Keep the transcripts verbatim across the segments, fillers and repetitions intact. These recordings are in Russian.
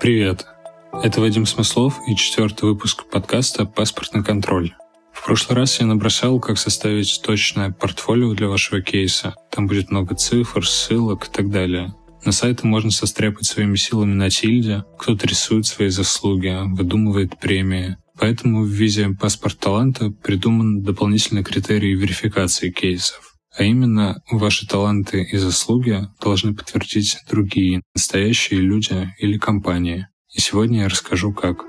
Привет! Это Вадим Смыслов и четвертый выпуск подкаста «Паспортный контроль». В прошлый раз я набросал, как составить точное портфолио для вашего кейса. Там будет много цифр, ссылок и так далее. На сайты можно состряпать своими силами на тильде, кто-то рисует свои заслуги, выдумывает премии. Поэтому в визе «Паспорт таланта» придуман дополнительный критерий верификации кейсов. А именно, ваши таланты и заслуги должны подтвердить другие, настоящие люди или компании. И сегодня я расскажу, как.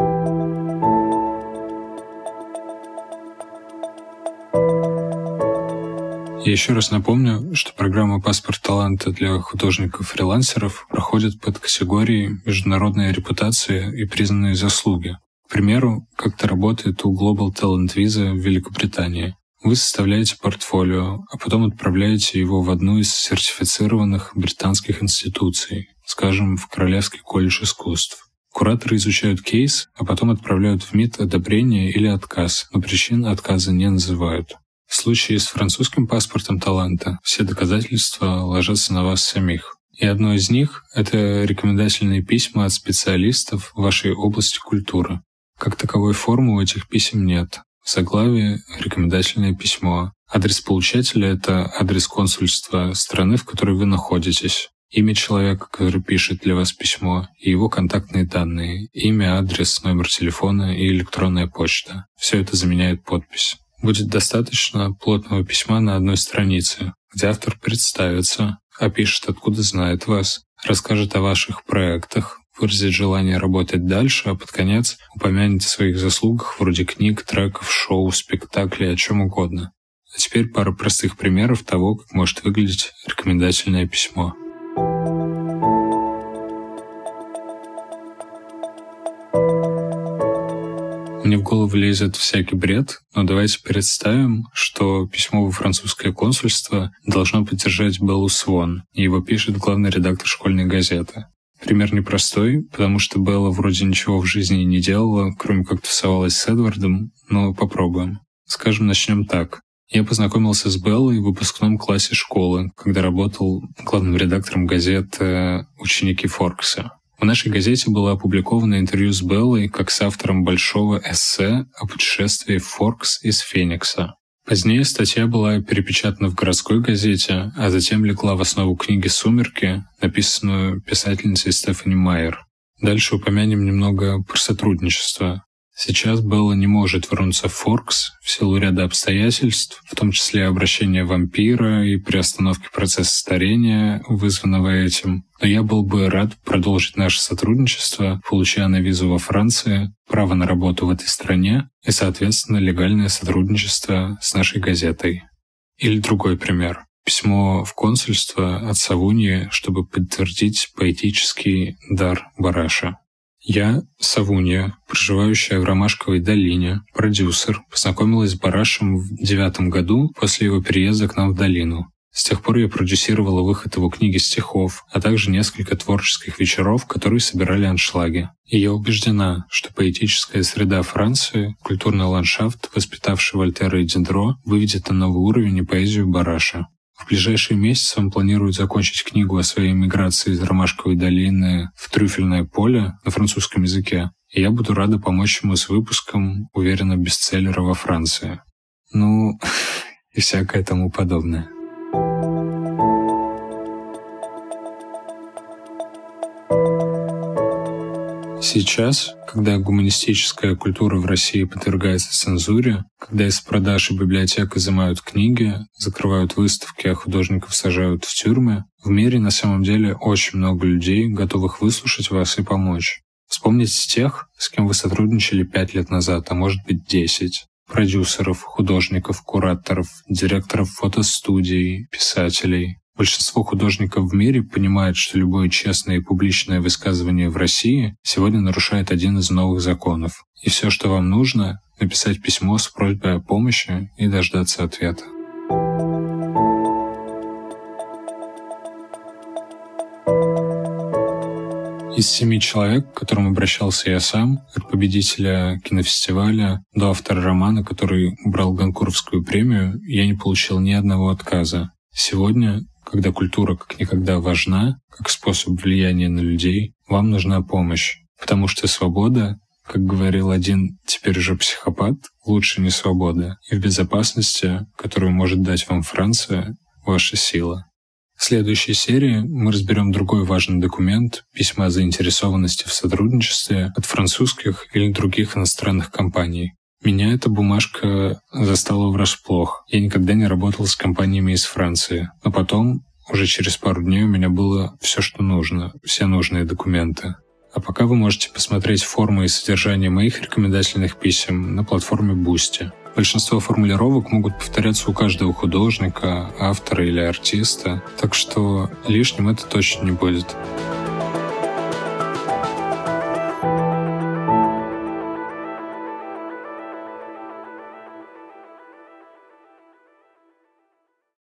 Я еще раз напомню, что программа «Паспорт таланта» для художников-фрилансеров проходит под категорией международной репутации и признанные заслуги. К примеру, как это работает у Global Talent Visa в Великобритании. Вы составляете портфолио, а потом отправляете его в одну из сертифицированных британских институций, скажем, в Королевский колледж искусств. Кураторы изучают кейс, а потом отправляют в МИД одобрение или отказ, но причин отказа не называют. В случае с французским паспортом таланта все доказательства ложатся на вас самих. И одно из них — это рекомендательные письма от специалистов в вашей области культуры. Как таковой формы у этих писем нет. В заглавии — рекомендательное письмо. Адрес получателя — это адрес консульства страны, в которой вы находитесь. Имя человека, который пишет для вас письмо, и его контактные данные. Имя, адрес, номер телефона и электронная почта. Все это заменяет подпись. Будет достаточно плотного письма на одной странице, где автор представится, опишет, откуда знает вас, расскажет о ваших проектах, выразит желание работать дальше, а под конец упомянет о своих заслугах вроде книг, треков, шоу, спектаклей, о чем угодно. А теперь пара простых примеров того, как может выглядеть рекомендательное письмо. Мне в голову лезет всякий бред, но давайте представим, что письмо во французское консульство должно поддержать Беллу Свон, и его пишет главный редактор школьной газеты. Пример непростой, потому что Белла вроде ничего в жизни не делала, кроме как тусовалась с Эдвардом, но попробуем. Скажем, начнем так. Я познакомился с Беллой в выпускном классе школы, когда работал главным редактором газеты «Ученики Форкса». В нашей газете было опубликовано интервью с Беллой как с автором большого эссе о путешествии в Форкс из Феникса. Позднее статья была перепечатана в городской газете, а затем легла в основу книги «Сумерки», написанную писательницей Стефани Майер. Дальше упомянем немного про сотрудничество. Сейчас Белла не может вернуться в Форкс в силу ряда обстоятельств, в том числе обращения вампира и приостановки процесса старения, вызванного этим. Но я был бы рад продолжить наше сотрудничество, получая на визу во Франции, право на работу в этой стране и, соответственно, легальное сотрудничество с нашей газетой. Или другой пример. Письмо в консульство от Савуньи, чтобы подтвердить поэтический дар Бараша. Я, Савунья, проживающая в Ромашковой долине, продюсер, познакомилась с Барашем в девятом году после его переезда к нам в долину. С тех пор я продюсировала выход его книги стихов, а также несколько творческих вечеров, которые собирали аншлаги. И я убеждена, что поэтическая среда Франции, культурный ландшафт, воспитавший Вольтера и Дидро, выведет на новый уровень и поэзию Бараша. В ближайшие месяцы он планирует закончить книгу о своей миграции из Ромашковой долины в Трюфельное поле на французском языке, и я буду рада помочь ему с выпуском, уверенно, бестселлера во Франции. Ну, и всякое тому подобное. Сейчас, когда гуманистическая культура в России подвергается цензуре, когда из продаж и библиотек изымают книги, закрывают выставки, а художников сажают в тюрьмы, в мире на самом деле очень много людей, готовых выслушать вас и помочь. Вспомните тех, с кем вы сотрудничали пять лет назад, а может быть десять. Продюсеров, художников, кураторов, директоров фотостудий, писателей. Большинство художников в мире понимает, что любое честное и публичное высказывание в России сегодня нарушает один из новых законов. И все, что вам нужно, написать письмо с просьбой о помощи и дождаться ответа. Из семи человек, к которым обращался я сам, от победителя кинофестиваля до автора романа, который брал Гонкуровскую премию, я не получил ни одного отказа. Сегодня, когда культура как никогда важна, как способ влияния на людей, вам нужна помощь. Потому что свобода, как говорил один теперь уже психопат, лучше не свобода. И в безопасности, которую может дать вам Франция, ваша сила. В следующей серии мы разберем другой важный документ — письма о заинтересованности в сотрудничестве от французских или других иностранных компаний. Меня эта бумажка застала врасплох. Я никогда не работал с компаниями из Франции. Но потом, уже через пару дней, у меня было все, что нужно, все нужные документы. А пока вы можете посмотреть формы и содержание моих рекомендательных писем на платформе Boosty. Большинство формулировок могут повторяться у каждого художника, автора или артиста, так что лишним это точно не будет.